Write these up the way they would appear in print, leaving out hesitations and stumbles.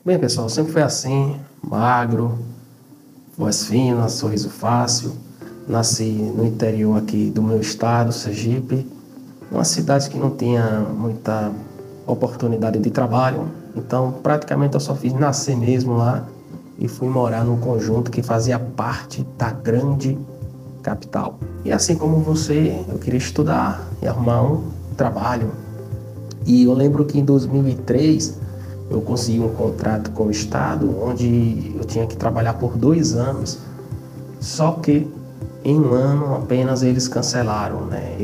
Bem, pessoal, sempre foi assim, magro, voz fina, sorriso fácil. Nasci no interior aqui do meu estado, Sergipe, uma cidade que não tinha muita oportunidade de trabalho. Então, praticamente eu só fiz nascer mesmo lá e fui morar num conjunto que fazia parte da grande capital. E assim como você, eu queria estudar e arrumar um trabalho. E eu lembro que em 2003 eu consegui um contrato com o Estado, onde eu tinha que trabalhar por 2 anos, só que em um ano apenas eles cancelaram, né?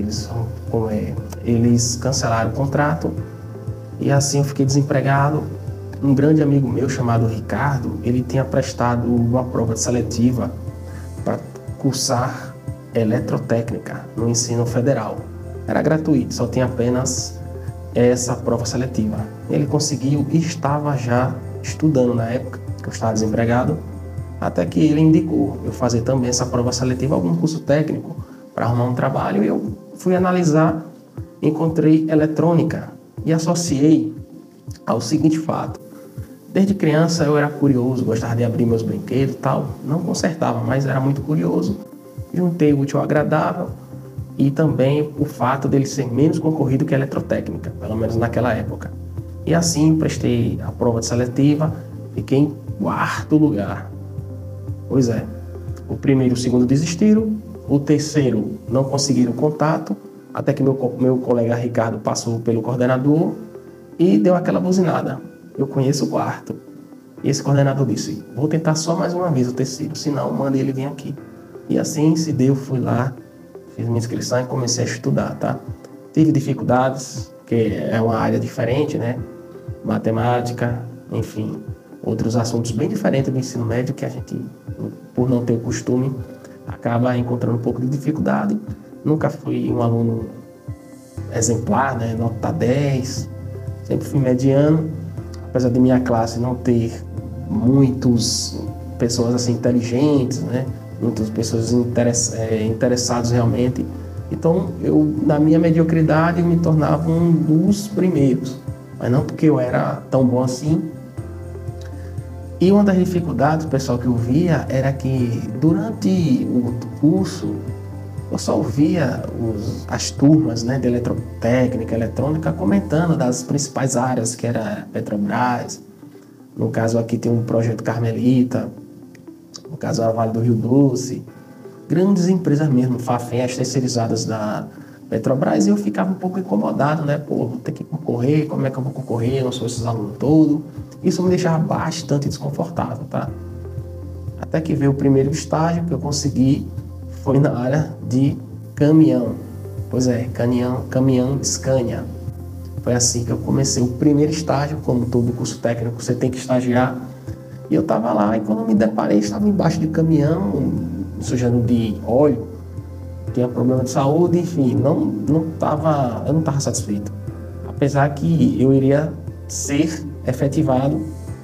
Eles cancelaram o contrato e assim eu fiquei desempregado. Um grande amigo meu chamado Ricardo, ele tinha prestado uma prova seletiva para cursar eletrotécnica no ensino federal. Era gratuito, só tinha apenas essa prova seletiva. Ele conseguiu e estava já estudando na época, que eu estava desempregado, até que ele indicou eu fazer também essa prova seletiva, algum curso técnico para arrumar um trabalho. E eu fui analisar, encontrei eletrônica e associei ao seguinte fato. Desde criança eu era curioso, gostava de abrir meus brinquedos e tal, não consertava, mas era muito curioso. Juntei o útil ao agradável e também o fato dele ser menos concorrido que a eletrotécnica, pelo menos naquela época. E assim prestei a prova de seletiva, fiquei em 4º lugar. Pois é, o primeiro e o segundo desistiram, o terceiro não conseguiram contato, até que meu colega Ricardo passou pelo coordenador e deu aquela buzinada. Eu conheço o quarto. E esse coordenador disse, vou tentar só mais uma vez o terceiro, senão manda ele vir aqui. E assim se deu, fui lá, fiz minha inscrição e comecei a estudar, tá? Tive dificuldades, porque é uma área diferente, né? Matemática, enfim, outros assuntos bem diferentes do ensino médio que a gente, por não ter o costume, acaba encontrando um pouco de dificuldade. Nunca fui um aluno exemplar, né? Nota 10, sempre fui mediano, apesar de minha classe não ter muitas pessoas assim inteligentes, né? Muitas pessoas interessadas realmente. Então, eu, na minha mediocridade, eu me tornava um dos primeiros, mas não porque eu era tão bom assim. E uma das dificuldades, pessoal, que eu via era que durante o curso eu só ouvia as turmas, né, de eletrotécnica, eletrônica, comentando das principais áreas, que era Petrobras. No caso aqui tem um projeto Carmelita, no caso a Vale do Rio Doce, grandes empresas mesmo, Fafém, as terceirizadas da Petrobras, e eu ficava um pouco incomodado, né? Pô, vou ter que concorrer, como é que eu vou concorrer? Eu não sou esses alunos todos. Isso me deixava bastante desconfortável, tá? Até que veio o primeiro estágio que eu consegui, foi na área de caminhão. Pois é, caminhão Scania. Foi assim que eu comecei o primeiro estágio, como todo curso técnico, você tem que estagiar. E eu estava lá, e quando me deparei, estava embaixo de caminhão, sujando de óleo, tinha problema de saúde, enfim, eu não estava satisfeito. Apesar que eu iria ser efetivado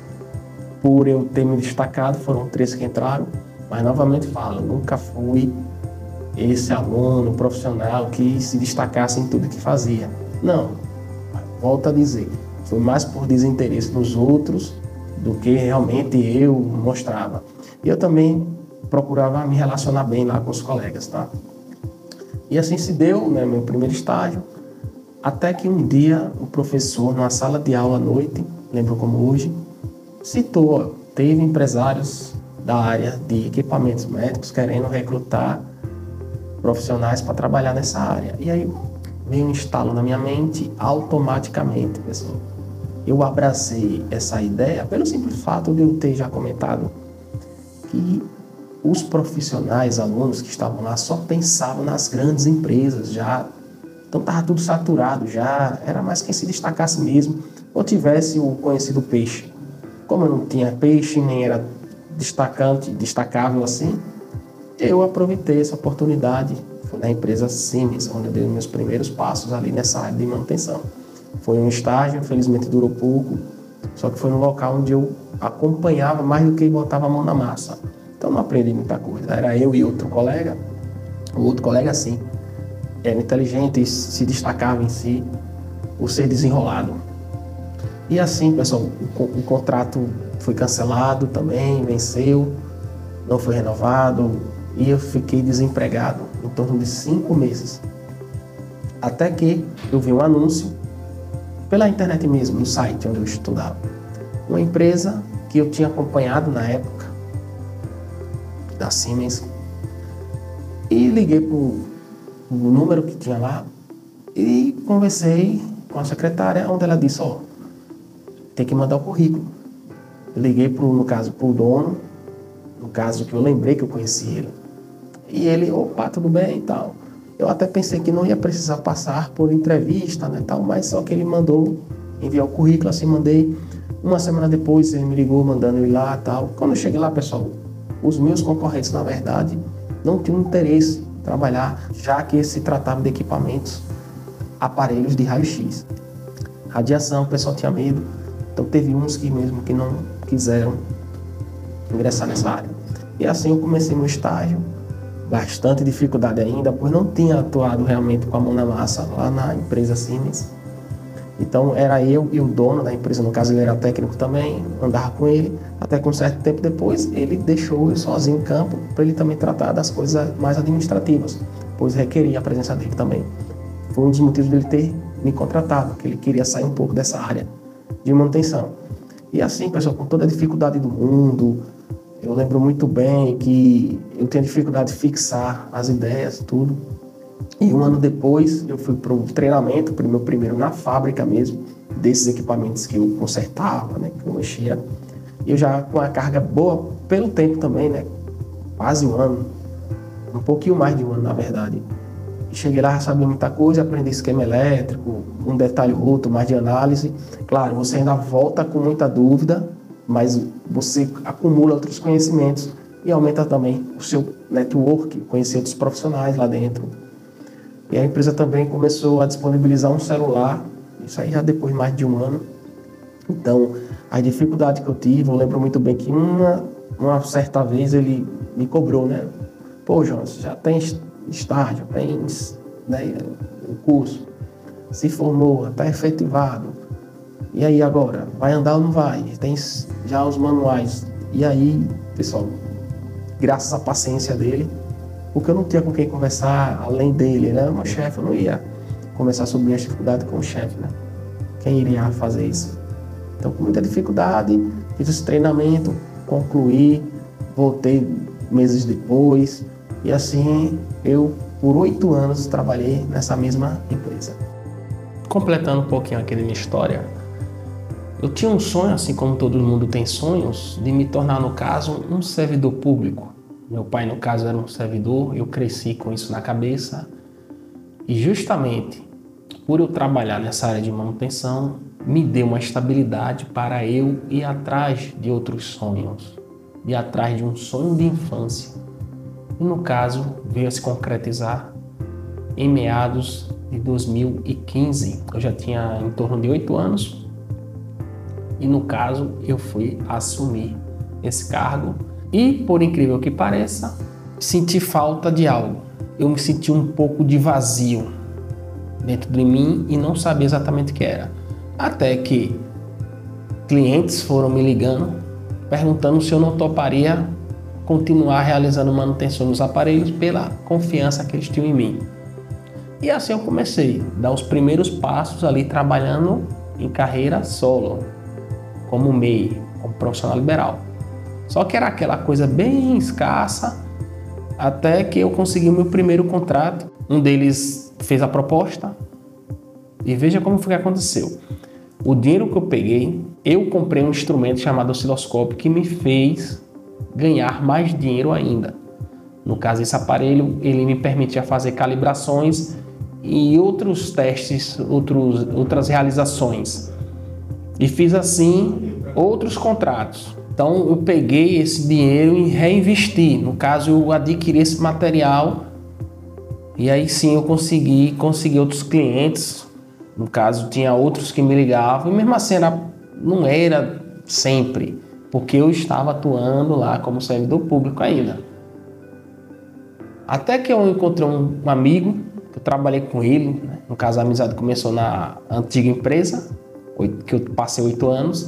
por eu ter me destacado, foram 3 que entraram, mas novamente falo, nunca fui esse aluno profissional que se destacasse em tudo que fazia. Não, volto a dizer, foi mais por desinteresse dos outros do que realmente eu mostrava. E eu também procurava me relacionar bem lá com os colegas, tá? E assim se deu, né, meu primeiro estágio, até que um dia o professor, numa sala de aula à noite, lembro como hoje, citou, teve empresários da área de equipamentos médicos querendo recrutar profissionais para trabalhar nessa área. E aí veio um estalo na minha mente automaticamente, pessoal. Eu abracei essa ideia pelo simples fato de eu ter já comentado que os profissionais, alunos que estavam lá, só pensavam nas grandes empresas já. Então estava tudo saturado já, era mais quem se destacasse mesmo ou tivesse o conhecido peixe. Como eu não tinha peixe, nem era destacável assim, eu aproveitei essa oportunidade. Fui na empresa Siemens, onde eu dei meus primeiros passos ali nessa área de manutenção. Foi um estágio, infelizmente durou pouco, só que foi no local onde eu acompanhava mais do que botava a mão na massa. Então não aprendi muita coisa. Era eu e outro colega, o outro colega sim, era inteligente e se destacava em si por ser desenrolado. E assim, pessoal, o contrato foi cancelado também, venceu, não foi renovado e eu fiquei desempregado em torno de 5 meses. Até que eu vi um anúncio pela internet mesmo, no site onde eu estudava. Uma empresa que eu tinha acompanhado na época, da Siemens, e liguei para o número que tinha lá e conversei com a secretária, onde ela disse, tem que mandar o currículo. Eu liguei no caso para o dono, no caso que eu lembrei que eu conheci ele. E ele, opa, tudo bem e tal. Eu até pensei que não ia precisar passar por entrevista, né, tal, mas só que ele mandou enviar o currículo, assim, mandei. Uma semana depois ele me ligou mandando eu ir lá e tal. Quando eu cheguei lá, pessoal, os meus concorrentes, na verdade, não tinham interesse em trabalhar, já que se tratava de equipamentos, aparelhos de raio-x. Radiação, o pessoal tinha medo. Então teve uns que mesmo que não quiseram ingressar nessa área. E assim eu comecei meu estágio, bastante dificuldade ainda, pois não tinha atuado realmente com a mão na massa lá na empresa Siemens. Então era eu e o dono da empresa, no caso ele era técnico também, andava com ele, até que um certo tempo depois ele deixou eu sozinho em campo para ele também tratar das coisas mais administrativas, pois requeria a presença dele também. Foi um dos motivos dele ter me contratado, que ele queria sair um pouco dessa área de manutenção. E assim, pessoal, com toda a dificuldade do mundo, eu lembro muito bem que eu tinha dificuldade de fixar as ideias, tudo. E um ano depois eu fui para o treinamento, meu primeiro na fábrica mesmo, desses equipamentos que eu consertava, né, que eu mexia. E eu já com a carga boa pelo tempo também, né, quase um ano, um pouquinho mais de um ano na verdade. Cheguei lá, sabia muita coisa, aprendi esquema elétrico, um detalhe ou outro, mais de análise. Claro, você ainda volta com muita dúvida, mas você acumula outros conhecimentos e aumenta também o seu network, conhecer outros profissionais lá dentro. E a empresa também começou a disponibilizar um celular, isso aí já depois de mais de um ano. Então, a dificuldade que eu tive, eu lembro muito bem que uma certa vez ele me cobrou, né? Pô, Jonas, já tem estágio, tem, né, o curso, se formou, está efetivado. E aí agora, vai andar ou não vai? Tem já os manuais. E aí, pessoal, graças à paciência dele, porque eu não tinha com quem conversar além dele, né? Meu chefe, eu não ia conversar sobre minha dificuldade com o chefe, né? Quem iria fazer isso? Então, com muita dificuldade, fiz esse treinamento, concluí, voltei meses depois, e assim eu, por 8 anos, trabalhei nessa mesma empresa. Completando um pouquinho aqui da minha história, eu tinha um sonho, assim como todo mundo tem sonhos, de me tornar, no caso, um servidor público. Meu pai, no caso, era um servidor, eu cresci com isso na cabeça. E justamente por eu trabalhar nessa área de manutenção, me deu uma estabilidade para eu ir atrás de outros sonhos, ir atrás de um sonho de infância. E no caso, veio a se concretizar em meados de 2015. Eu já tinha em torno de 8 anos e no caso eu fui assumir esse cargo e, por incrível que pareça, senti falta de algo. Eu me senti um pouco de vazio dentro de mim e não sabia exatamente o que era. Até que clientes foram me ligando, perguntando se eu não toparia continuar realizando manutenção dos aparelhos pela confiança que eles tinham em mim. E assim eu comecei a dar os primeiros passos ali trabalhando em carreira solo, como MEI, como profissional liberal. Só que era aquela coisa bem escassa, até que eu consegui o meu primeiro contrato. Um deles fez a proposta e veja como foi que aconteceu. O dinheiro que eu peguei, eu comprei um instrumento chamado osciloscópio que me fez ganhar mais dinheiro ainda. No caso, esse aparelho, ele me permitia fazer calibrações e outros testes, outras realizações. E fiz assim outros contratos. Então eu peguei esse dinheiro e reinvesti. No caso, eu adquiri esse material e aí sim eu consegui outros clientes. No caso, tinha outros que me ligavam e mesmo assim não era sempre, porque eu estava atuando lá como servidor público ainda. Até que eu encontrei um amigo, que eu trabalhei com ele, né? No caso a amizade começou na antiga empresa, que eu passei 8 anos,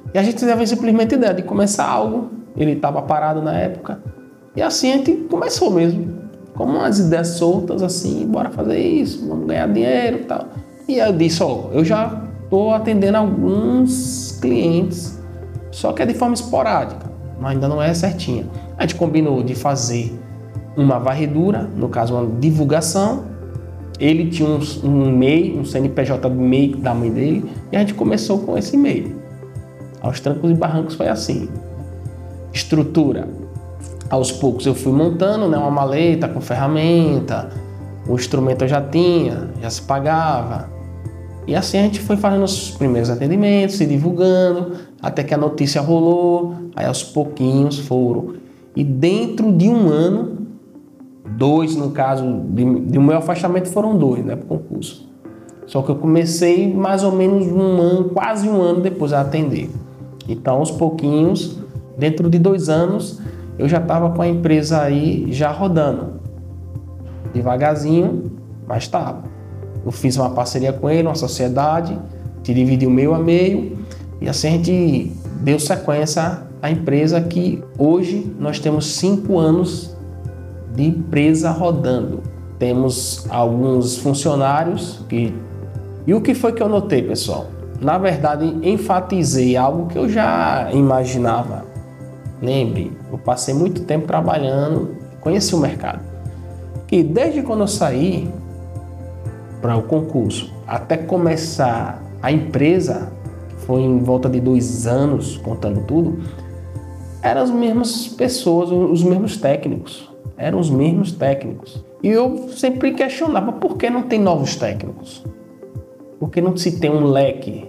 E a gente teve simplesmente a ideia de começar algo. Ele estava parado na época. E assim a gente começou mesmo. Como umas ideias soltas, assim, bora fazer isso, vamos ganhar dinheiro e tal. E aí eu disse, eu já estou atendendo alguns clientes, só que é de forma esporádica, mas ainda não é certinha. A gente combinou de fazer uma varredura, no caso uma divulgação. Ele tinha um e-mail, um CNPJ do e-mail da mãe dele, e a gente começou com esse e-mail. Aos trancos e barrancos foi assim. Estrutura. Aos poucos eu fui montando, né, uma maleta com ferramenta, o instrumento eu já tinha, já se pagava. E assim a gente foi fazendo os primeiros atendimentos, se divulgando, até que a notícia rolou, aí aos pouquinhos foram. E dentro de um ano, 2 no caso, de meu afastamento foram 2, né, para o concurso. Só que eu comecei mais ou menos um ano, quase um ano depois a atender. Então aos pouquinhos, dentro de 2 anos, eu já estava com a empresa aí já rodando. Devagarzinho, mas estava. Eu fiz uma parceria com ele, uma sociedade, te dividiu meio a meio, e assim a gente deu sequência à empresa que hoje nós temos 5 anos de empresa rodando. Temos alguns funcionários que... E o que foi que eu notei, pessoal? Na verdade, enfatizei algo que eu já imaginava. Lembre, eu passei muito tempo trabalhando, conheci o mercado. Que desde quando eu saí para o concurso até começar a empresa, foi em volta de 2 anos, contando tudo, eram as mesmas pessoas, os mesmos técnicos. Eram os mesmos técnicos. E eu sempre questionava, por que não tem novos técnicos? Por que não se tem um leque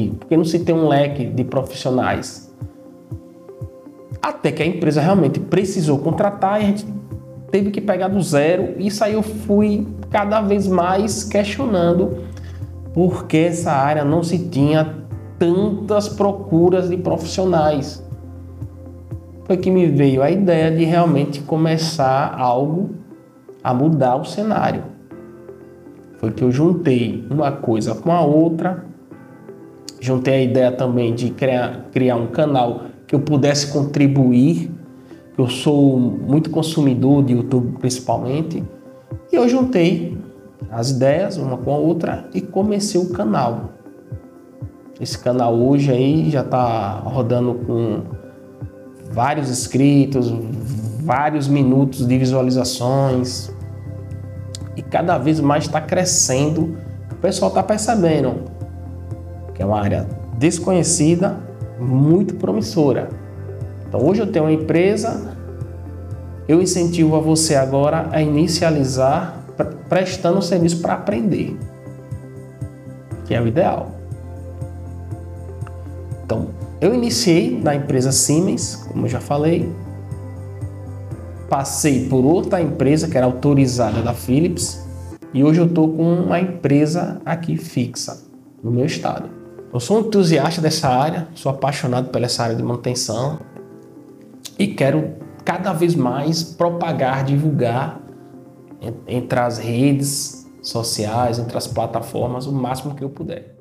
de profissionais? Até que a empresa realmente precisou contratar e a gente teve que pegar do zero. E isso aí eu fui cada vez mais questionando por que essa área não se tinha tantas procuras de profissionais. Foi que me veio a ideia de realmente começar algo a mudar o cenário. Foi que eu juntei uma coisa com a outra, juntei a ideia também de criar um canal que eu pudesse contribuir, que eu sou muito consumidor de YouTube principalmente, e eu juntei as ideias uma com a outra e comecei o canal. Esse canal hoje aí já está rodando com vários inscritos, vários minutos de visualizações, e cada vez mais está crescendo. O pessoal está percebendo que é uma área desconhecida, muito promissora. Então hoje eu tenho uma empresa, eu incentivo a você agora a inicializar prestando serviço para aprender, que é o ideal. Então eu iniciei na empresa Siemens, como eu já falei, passei por outra empresa que era autorizada da Philips e hoje eu estou com uma empresa aqui fixa no meu estado. Eu sou um entusiasta dessa área, sou apaixonado por essa área de manutenção e quero cada vez mais propagar, divulgar entre as redes sociais, entre as plataformas, o máximo que eu puder.